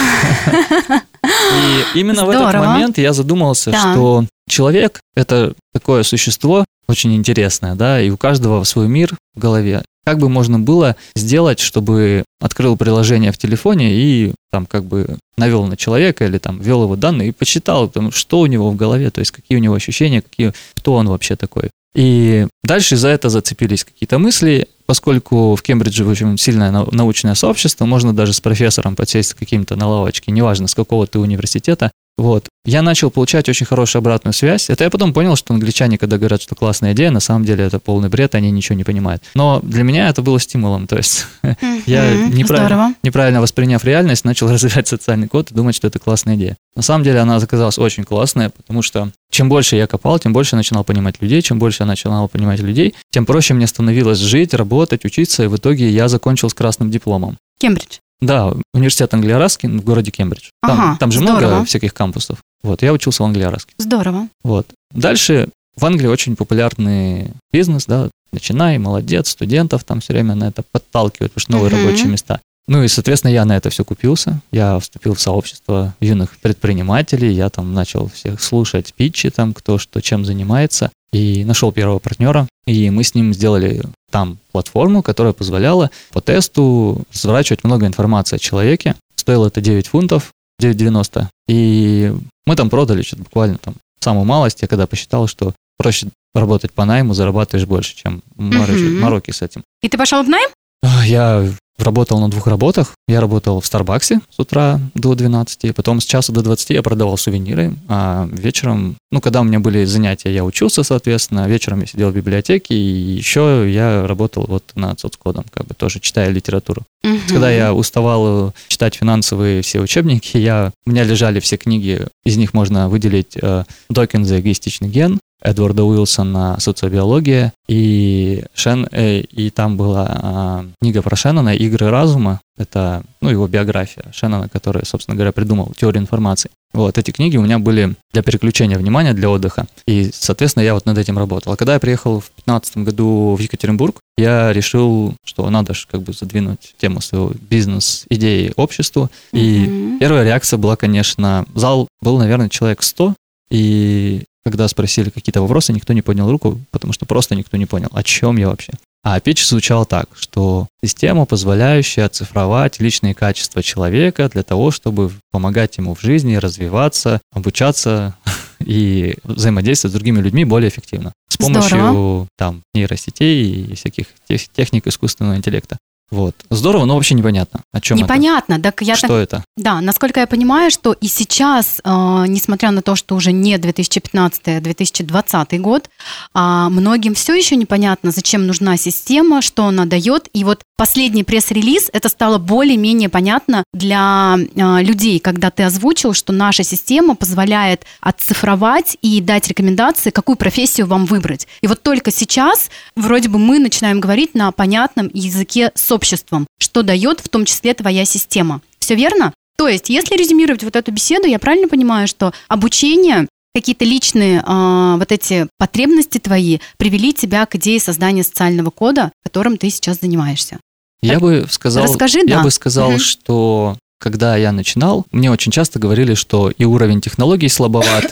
И именно в этот момент я задумался, что человек — это такое существо очень интересное, да, и у каждого свой мир в голове. Как бы можно было сделать, чтобы открыл приложение в телефоне и там как бы навел на человека или там ввел его данные и посчитал, там, что у него в голове, то есть какие у него ощущения, какие, кто он вообще такой. И дальше за это зацепились какие-то мысли, поскольку в Кембридже очень сильное научное сообщество, можно даже с профессором подсесть каким-то на лавочке, неважно с какого ты университета. Вот. Я начал получать очень хорошую обратную связь. Это я потом понял, что англичане, когда говорят, что классная идея, на самом деле это полный бред, они ничего не понимают. Но для меня это было стимулом. То есть mm-hmm. я, неправильно, неправильно восприняв реальность, начал развивать социальный код и думать, что это классная идея. На самом деле она оказалась очень классная, потому что чем больше я копал, тем больше я начинал понимать людей. Чем больше я начинал понимать людей, тем проще мне становилось жить, работать, учиться. И в итоге я закончил с красным дипломом. Кембридж. Да, университет Англия-Раскин в городе Кембридж. Там, ага, там же здорово. Много всяких кампусов. Вот, я учился в Англия-Раскин. Здорово. Вот. Дальше в Англии очень популярный бизнес, да, начинай, молодец, студентов там все время на это подталкивают, потому что новые uh-huh. рабочие места. Ну и, соответственно, я на это все купился. Я вступил в сообщество юных предпринимателей, я там начал всех слушать питчи, там, кто что чем занимается, и нашел первого партнера, и мы с ним сделали там платформу, которая позволяла по тесту разворачивать много информации о человеке. Стоило это девять фунтов, девять девяносто, и мы там продали что-то буквально там самую малость. Я когда посчитал, что проще работать по найму, зарабатываешь больше, чем мороки, uh-huh. мороки с этим. И ты пошел в найм? Я работал на двух работах. Я работал в Старбаксе с утра до двенадцати, потом с часу до двадцати я продавал сувениры, а вечером, ну, когда у меня были занятия, я учился, соответственно, вечером я сидел в библиотеке, и еще я работал вот над соцкодом, как бы тоже читая литературу. Uh-huh. Когда я уставал читать финансовые все учебники, я, у меня лежали все книги, из них можно выделить э, Докинза «Эгоистичный ген», Эдварда Уилсона «Социобиология», и, Шен, э, и там была э, книга про Шеннона «Игры разума». Это, ну, его биография Шеннона, который, собственно говоря, придумал теорию информации. Вот, эти книги у меня были для переключения внимания, для отдыха, и, соответственно, я вот над этим работал. А когда я приехал в две тысячи пятнадцатом году в Екатеринбург, я решил, что надо же как бы задвинуть тему своего бизнес-идеи обществу, и mm-hmm. первая реакция была, конечно, зал был, наверное, человек сто, и когда спросили какие-то вопросы, никто не поднял руку, потому что просто никто не понял, о чем я вообще. А питч звучал так, что система, позволяющая оцифровать личные качества человека для того, чтобы помогать ему в жизни развиваться, обучаться и взаимодействовать с другими людьми более эффективно. С помощью Здорово. Там, нейросетей и всяких техник искусственного интеллекта. Вот. Здорово, но вообще непонятно, о чем непонятно. это. Так я что так... это? Да, насколько я понимаю, что и сейчас, э, несмотря на то, что уже не две тысячи пятнадцатый, а две тысячи двадцатый год, э, многим все еще непонятно, зачем нужна система, что она дает. И вот последний пресс-релиз, это стало более-менее понятно для э, людей, когда ты озвучил, что наша система позволяет отцифровать и дать рекомендации, какую профессию вам выбрать. И вот только сейчас вроде бы мы начинаем говорить на понятном языке с обществом, что дает в том числе твоя система. Все верно? То есть, если резюмировать вот эту беседу, я правильно понимаю, что обучение, какие-то личные э, вот эти потребности твои привели тебя к идее создания социального кода, которым ты сейчас занимаешься? Я так, бы сказал, расскажи, я да. бы сказал, угу. что когда я начинал, мне очень часто говорили, что и уровень технологий слабоват,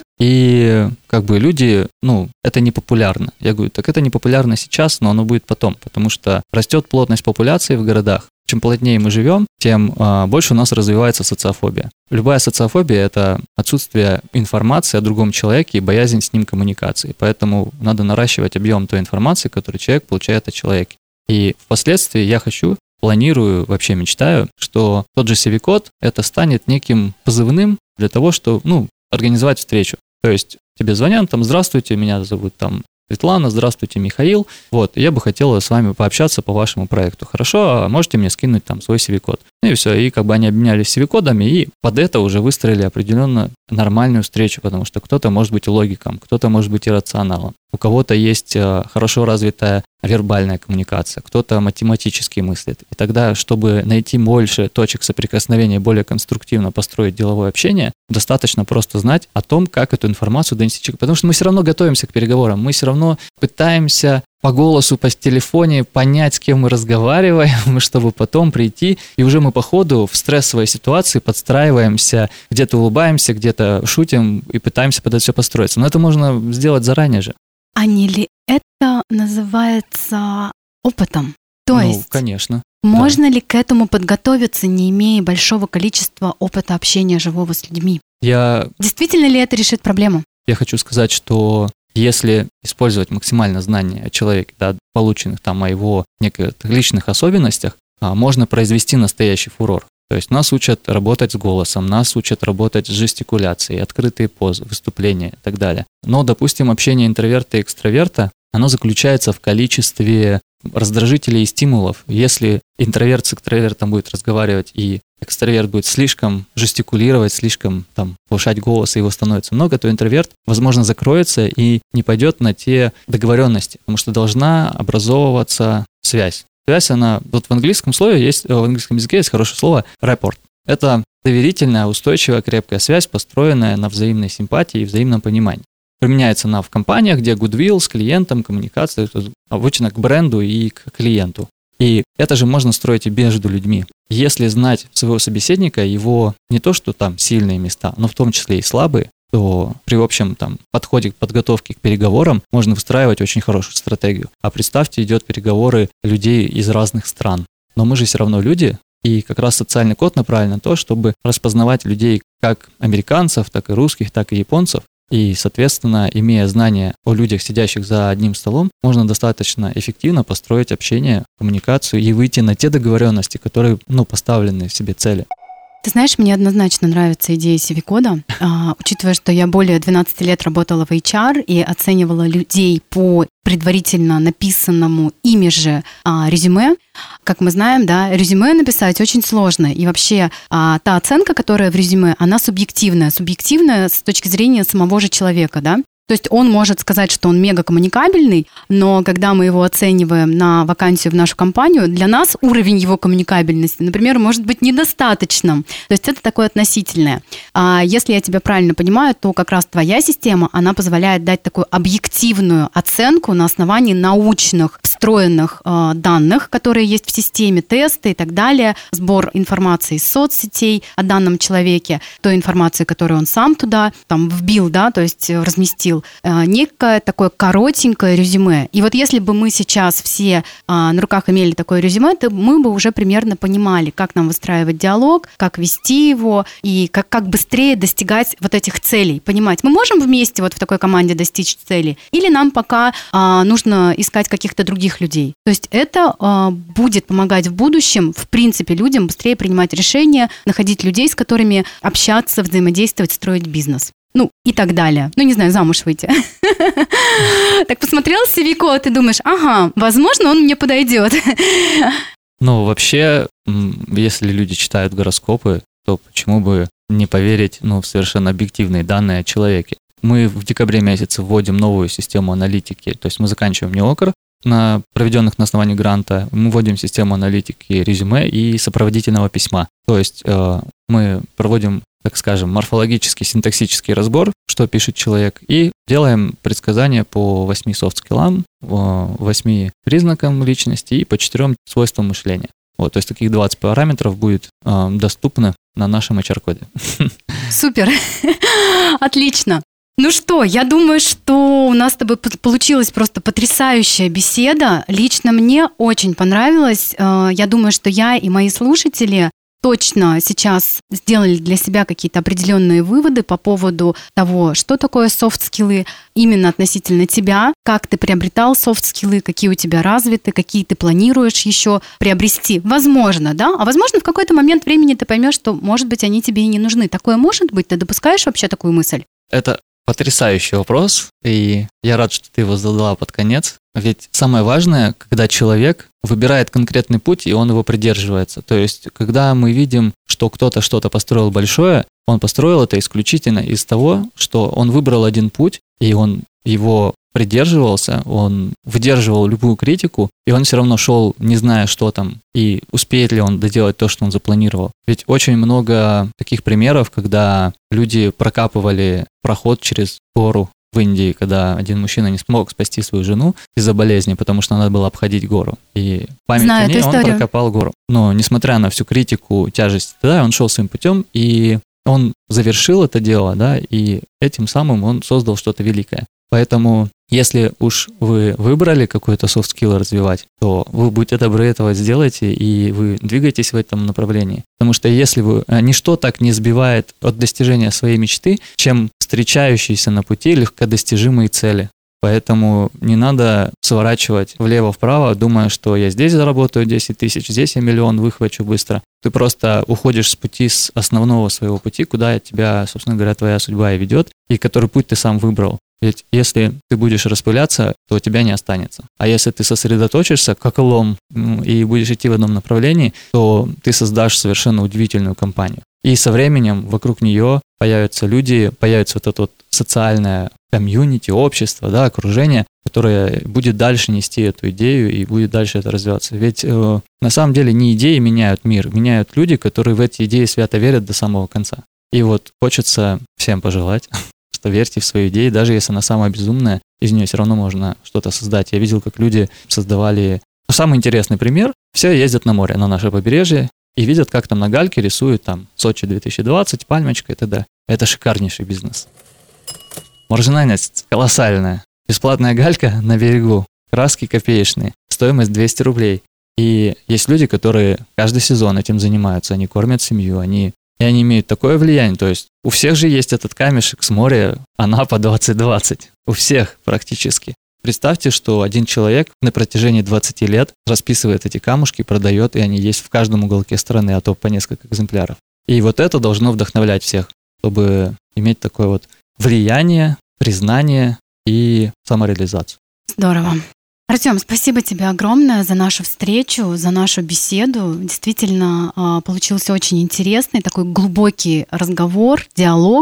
и как бы люди, ну, это не популярно. Я говорю, так это не популярно сейчас, но оно будет потом, потому что растет плотность популяции в городах. Чем плотнее мы живем, тем а, больше у нас развивается социофобия. Любая социофобия – это отсутствие информации о другом человеке и боязнь с ним коммуникации. Поэтому надо наращивать объем той информации, которую человек получает от человека. И впоследствии я хочу, планирую, вообще мечтаю, что тот же Севикод это станет неким позывным для того, чтобы, ну, организовать встречу. То есть тебе звонят, там, здравствуйте, меня зовут там Светлана, здравствуйте, Михаил. Вот, я бы хотела с вами пообщаться по вашему проекту. Хорошо, а можете мне скинуть там свой си ви-код? Ну и все, и как бы они обменялись си ви-кодами, и под это уже выстроили определенно нормальную встречу, потому что кто-то может быть логиком, кто-то может быть иррационалом. У кого-то есть хорошо развитая вербальная коммуникация, кто-то математически мыслит. И тогда, чтобы найти больше точек соприкосновения, более конструктивно построить деловое общение, достаточно просто знать о том, как эту информацию донести. Потому что мы все равно готовимся к переговорам, мы все равно пытаемся по голосу, по телефоне понять, с кем мы разговариваем, чтобы потом прийти. И уже мы по ходу в стрессовой ситуации подстраиваемся, где-то улыбаемся, где-то шутим и пытаемся под это все построиться. Но это можно сделать заранее же. А не ли это называется опытом? То ну, есть, конечно. Можно да. ли к этому подготовиться, не имея большого количества опыта общения живого с людьми? Я... Действительно ли это решит проблему? Я хочу сказать, что если использовать максимально знания о человеке, да, полученных там о его неких личных особенностях, можно произвести настоящий фурор. То есть нас учат работать с голосом, нас учат работать с жестикуляцией, открытые позы, выступления и так далее. Но, допустим, общение интроверта и экстраверта, оно заключается в количестве раздражителей и стимулов. Если интроверт с экстравертом будет разговаривать и экстраверт будет слишком жестикулировать, слишком там повышать голос, и его становится много, то интроверт, возможно, закроется и не пойдет на те договоренности, потому что должна образовываться связь. Связь, она, вот в английском слове есть, в английском языке есть хорошее слово rapport. Это доверительная, устойчивая, крепкая связь, построенная на взаимной симпатии и взаимном понимании. Применяется она в компаниях, где goodwill с клиентом, коммуникация, обычно к бренду и к клиенту. И это же можно строить и между людьми. Если знать своего собеседника, его не то, что там сильные места, но в том числе и слабые, то при общем там подходе к подготовке к переговорам можно выстраивать очень хорошую стратегию. А представьте, идет переговоры людей из разных стран. Но мы же все равно люди, и как раз социальный код направлен на то, чтобы распознавать людей как американцев, так и русских, так и японцев. И, соответственно, имея знания о людях, сидящих за одним столом, можно достаточно эффективно построить общение, коммуникацию и выйти на те договоренности, которые, ну, поставлены себе цели. Ты знаешь, мне однозначно нравится идея си ви-кода, а, учитывая, что я более двенадцать лет работала в эйч ар и оценивала людей по предварительно написанному ими же а, резюме. Как мы знаем, да, резюме написать очень сложно. И вообще а, та оценка, которая в резюме, она субъективная. Субъективная с точки зрения самого же человека, да. То есть он может сказать, что он мега коммуникабельный, но когда мы его оцениваем на вакансию в нашу компанию, для нас уровень его коммуникабельности, например, может быть недостаточным. То есть это такое относительное. А если я тебя правильно понимаю, то как раз твоя система, она позволяет дать такую объективную оценку на основании научных встроенных э, данных, которые есть в системе, тесты и так далее, сбор информации из соцсетей о данном человеке, той информации, которую он сам туда там вбил, да, то есть разместил, э, некое такое коротенькое резюме. И вот если бы мы сейчас все э, на руках имели такое резюме, то мы бы уже примерно понимали, как нам выстраивать диалог, как вести его и как, как быстрее достигать вот этих целей, понимать, мы можем вместе вот в такой команде достичь цели, или нам пока э, нужно искать каких-то других людей. То есть это э, будет помогать в будущем, в принципе, людям быстрее принимать решения, находить людей, с которыми общаться, взаимодействовать, строить бизнес. Ну, и так далее. Ну, не знаю, замуж выйти. Так посмотрел си ви-код и думаешь, ага, возможно, он мне подойдет. Ну, вообще, если люди читают гороскопы, то почему бы не поверить, ну, в совершенно объективные данные о человеке? Мы в декабре месяце вводим новую систему аналитики, то есть мы заканчиваем НИОКР, на проведенных на основании гранта, мы вводим систему аналитики резюме и сопроводительного письма. То есть э, мы проводим, так скажем, морфологический, синтаксический разбор, что пишет человек, и делаем предсказания по восьми софт-скиллам, восьми признакам личности и по четырем свойствам мышления. Вот, то есть таких двадцать параметров будет э, доступно на нашем эйч ар-коде. Супер, отлично. Ну что, я думаю, что у нас с тобой получилась просто потрясающая беседа. Лично мне очень понравилось. Я думаю, что я и мои слушатели точно сейчас сделали для себя какие-то определенные выводы по поводу того, что такое софт-скиллы именно относительно тебя, как ты приобретал софт-скиллы, какие у тебя развиты, какие ты планируешь еще приобрести. Возможно, да? А возможно, в какой-то момент времени ты поймешь, что, может быть, они тебе и не нужны. Такое может быть? Ты допускаешь вообще такую мысль? Это потрясающий вопрос, и я рад, что ты его задала под конец. Ведь самое важное, когда человек выбирает конкретный путь, и он его придерживается. То есть, когда мы видим, что кто-то что-то построил большое, он построил это исключительно из того, что он выбрал один путь, и он его придерживался, он выдерживал любую критику, и он все равно шел, не зная, что там, и успеет ли он доделать то, что он запланировал. Ведь очень много таких примеров, когда люди прокапывали проход через гору в Индии, когда один мужчина не смог спасти свою жену из-за болезни, потому что надо было обходить гору. И память Знаю о ней, эту он историю. прокопал гору. Но несмотря на всю критику, тяжесть, да, он шел своим путем, и он завершил это дело, да, и этим самым он создал что-то великое. Поэтому, если уж вы выбрали какой-то софт-скилл развивать, то вы, будьте добры, этого сделайте, и вы двигаетесь в этом направлении. Потому что если вы, ничто так не сбивает от достижения своей мечты, чем встречающиеся на пути легкодостижимые цели. Поэтому не надо сворачивать влево-вправо, думая, что я здесь заработаю десять тысяч, здесь я миллион выхвачу быстро. Ты просто уходишь с пути, с основного своего пути, куда тебя, собственно говоря, твоя судьба и ведет, и который путь ты сам выбрал. Ведь если ты будешь распыляться, то тебя не останется. А если ты сосредоточишься, как лом, и будешь идти в одном направлении, то ты создашь совершенно удивительную компанию. И со временем вокруг нее появятся люди, появится вот это вот социальное комьюнити, общество, да, окружение, которое будет дальше нести эту идею и будет дальше это развиваться. Ведь э, на самом деле не идеи меняют мир, меняют люди, которые в эти идеи свято верят до самого конца. И вот хочется всем пожелать, что верьте в свои идеи, даже если она самая безумная, из нее все равно можно что-то создать. Я видел, как люди создавали... Ну, самый интересный пример, все ездят на море, на наше побережье, и видят, как там на гальке рисуют там Сочи две тысячи двадцать, пальмочка и т.д. Это шикарнейший бизнес. Маржинальность колоссальная. Бесплатная галька на берегу, краски копеечные, стоимость двести рублей. И есть люди, которые каждый сезон этим занимаются, они кормят семью, они... и они имеют такое влияние. То есть у всех же есть этот камешек с моря, Анапа двадцать двадцать. У всех практически. Представьте, что один человек на протяжении двадцати лет расписывает эти камушки, продает, и они есть в каждом уголке страны, а то по несколько экземпляров. И вот это должно вдохновлять всех, чтобы иметь такое вот влияние, признание и самореализацию. Здорово. Артем, спасибо тебе огромное за нашу встречу, за нашу беседу. Действительно, получился очень интересный, такой глубокий разговор, диалог.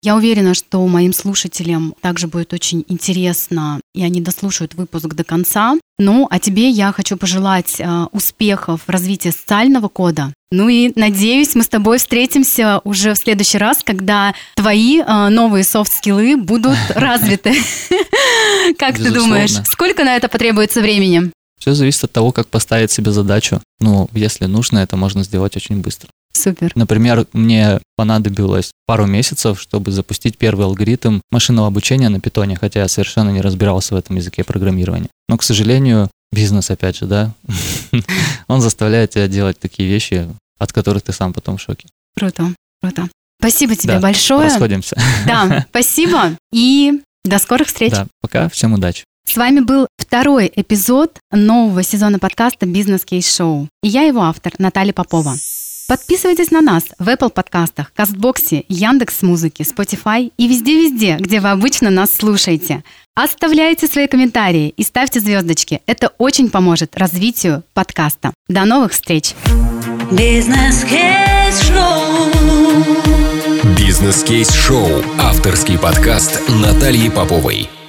Я уверена, что моим слушателям также будет очень интересно, и они дослушают выпуск до конца. Ну, а тебе я хочу пожелать э, успехов в развитии социального кода. Ну и надеюсь, мы с тобой встретимся уже в следующий раз, когда твои э, новые софт-скиллы будут развиты. Как ты думаешь, сколько на это потребуется времени? Все зависит от того, как поставить себе задачу. Ну, если нужно, это можно сделать очень быстро. Супер. Например, мне понадобилось пару месяцев, чтобы запустить первый алгоритм машинного обучения на питоне, хотя я совершенно не разбирался в этом языке программирования. Но, к сожалению, бизнес, опять же, да, он заставляет тебя делать такие вещи, от которых ты сам потом в шоке. Круто, круто. Спасибо тебе да, большое. Расходимся. Да, спасибо и до скорых встреч. Да, пока, всем удачи. С вами был второй эпизод нового сезона подкаста «Бизнес Кейс Шоу». И я его автор, Наталья Попова. Подписывайтесь на нас в Apple подкастах, Кастбоксе, Яндекс.Музыке, Spotify и везде-везде, где вы обычно нас слушаете. Оставляйте свои комментарии и ставьте звездочки. Это очень поможет развитию подкаста. До новых встреч! Бизнес Кейс Шоу. Бизнес Кейс Шоу. Авторский подкаст Натальи Поповой.